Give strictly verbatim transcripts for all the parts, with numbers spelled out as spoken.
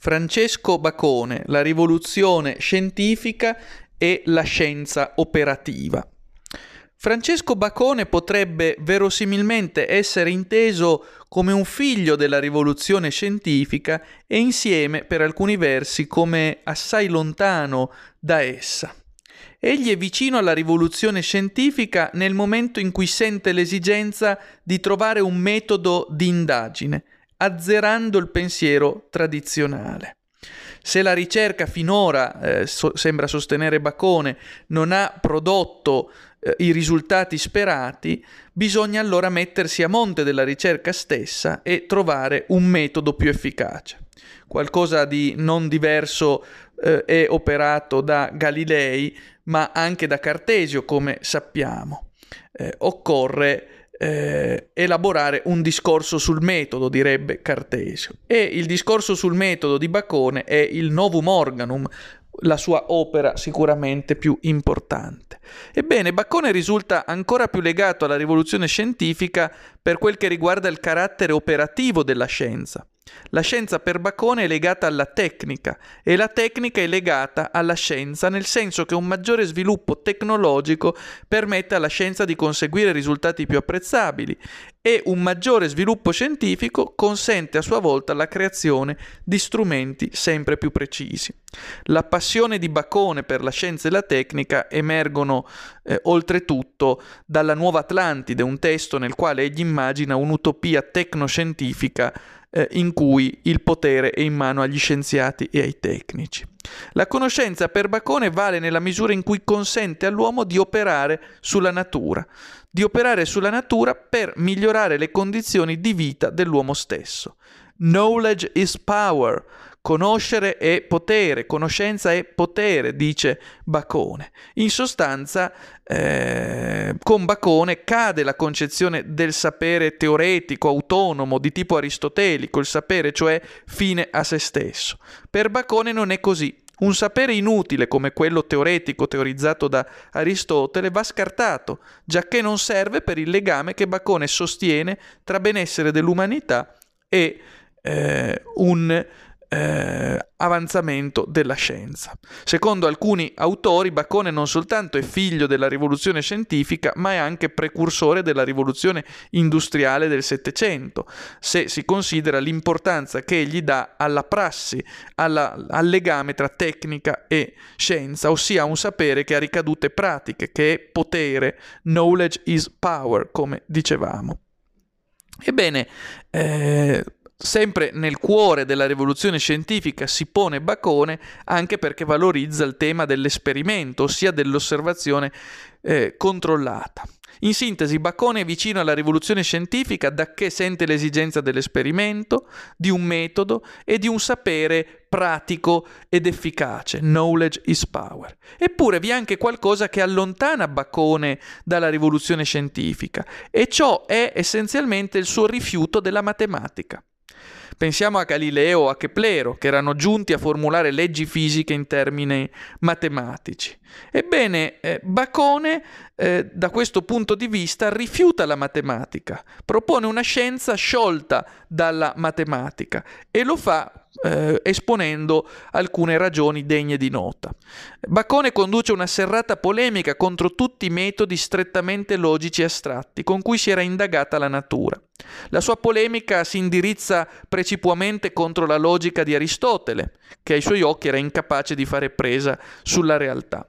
Francesco Bacone, la rivoluzione scientifica e la scienza operativa. Francesco Bacone potrebbe verosimilmente essere inteso come un figlio della rivoluzione scientifica e insieme, per alcuni versi, come assai lontano da essa. Egli è vicino alla rivoluzione scientifica nel momento in cui sente l'esigenza di trovare un metodo di indagine, azzerando il pensiero tradizionale. Se la ricerca finora, eh, so, sembra sostenere Bacone, non ha prodotto eh, i risultati sperati, bisogna allora mettersi a monte della ricerca stessa e trovare un metodo più efficace. Qualcosa di non diverso eh, è operato da Galilei, ma anche da Cartesio, come sappiamo. Eh, occorre Eh, elaborare un discorso sul metodo, direbbe Cartesio. E il discorso sul metodo di Bacone è il Novum Organum, la sua opera sicuramente più importante. Ebbene, Bacone risulta ancora più legato alla rivoluzione scientifica per quel che riguarda il carattere operativo della scienza. La scienza per Bacone è legata alla tecnica e la tecnica è legata alla scienza, nel senso che un maggiore sviluppo tecnologico permette alla scienza di conseguire risultati più apprezzabili e un maggiore sviluppo scientifico consente a sua volta la creazione di strumenti sempre più precisi. La passione di Bacone per la scienza e la tecnica emergono eh, oltretutto dalla Nuova Atlantide, un testo nel quale egli immagina un'utopia tecnoscientifica eh, in cui il potere è in mano agli scienziati e ai tecnici. La conoscenza per Bacone vale nella misura in cui consente all'uomo di operare sulla natura, di operare sulla natura per migliorare le condizioni di vita dell'uomo stesso. Knowledge is power. Conoscere è potere, conoscenza è potere, dice Bacone. In sostanza, eh, con Bacone cade la concezione del sapere teoretico, autonomo, di tipo aristotelico, il sapere cioè fine a se stesso. Per Bacone non è così. Un sapere inutile come quello teoretico teorizzato da Aristotele va scartato, giacché non serve per il legame che Bacone sostiene tra benessere dell'umanità e eh, un Eh, avanzamento della scienza. Secondo alcuni autori, Bacone non soltanto è figlio della rivoluzione scientifica, ma è anche precursore della rivoluzione industriale del Settecento, se si considera l'importanza che egli dà alla prassi, alla, al legame tra tecnica e scienza, ossia un sapere che ha ricadute pratiche, che è potere, knowledge is power, come dicevamo. Ebbene, eh, sempre nel cuore della rivoluzione scientifica si pone Bacone anche perché valorizza il tema dell'esperimento, ossia dell'osservazione eh, controllata. In sintesi, Bacone è vicino alla rivoluzione scientifica dacché sente l'esigenza dell'esperimento, di un metodo e di un sapere pratico ed efficace. Knowledge is power. Eppure vi è anche qualcosa che allontana Bacone dalla rivoluzione scientifica, e ciò è essenzialmente il suo rifiuto della matematica. Pensiamo a Galileo o a Keplero, che erano giunti a formulare leggi fisiche in termini matematici. Ebbene, eh, Bacone, eh, da questo punto di vista, rifiuta la matematica, propone una scienza sciolta dalla matematica e lo fa eh, esponendo alcune ragioni degne di nota. Bacone conduce una serrata polemica contro tutti i metodi strettamente logici e astratti con cui si era indagata la natura. La sua polemica si indirizza precipuamente contro la logica di Aristotele, che ai suoi occhi era incapace di fare presa sulla realtà.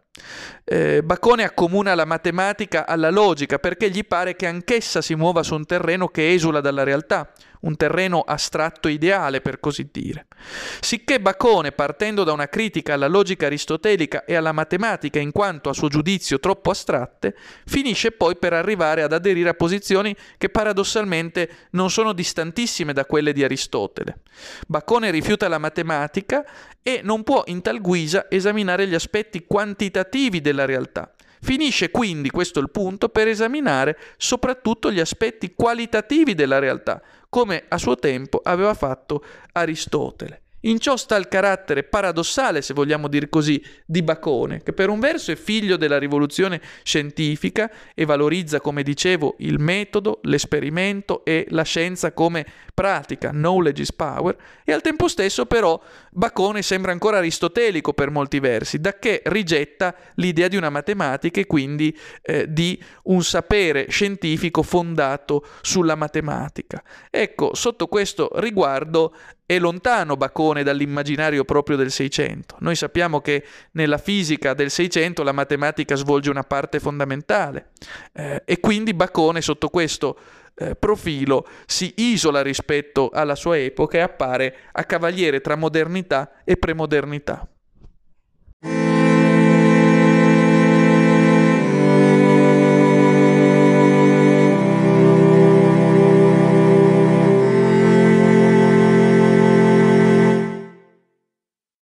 Eh, Bacone accomuna la matematica alla logica perché gli pare che anch'essa si muova su un terreno che esula dalla realtà, un terreno astratto ideale, per così dire. Sicché Bacone, partendo da una critica alla logica aristotelica e alla matematica in quanto a suo giudizio troppo astratte, finisce poi per arrivare ad aderire a posizioni che paradossalmente non sono distantissime da quelle di Aristotele. Bacone rifiuta la matematica e non può in tal guisa esaminare gli aspetti quantitativi della realtà. Finisce quindi, questo è il punto, per esaminare soprattutto gli aspetti qualitativi della realtà, come a suo tempo aveva fatto Aristotele. In ciò sta il carattere paradossale, se vogliamo dire così, di Bacone, che per un verso è figlio della rivoluzione scientifica e valorizza, come dicevo, il metodo, l'esperimento e la scienza come pratica, knowledge is power, e al tempo stesso però Bacone sembra ancora aristotelico per molti versi, dacché rigetta l'idea di una matematica e quindi eh, di un sapere scientifico fondato sulla matematica. Ecco, sotto questo riguardo è lontano Bacone dall'immaginario proprio del Seicento. Noi sappiamo che nella fisica del Seicento la matematica svolge una parte fondamentale eh, e quindi Bacone sotto questo eh, profilo si isola rispetto alla sua epoca e appare a cavaliere tra modernità e premodernità.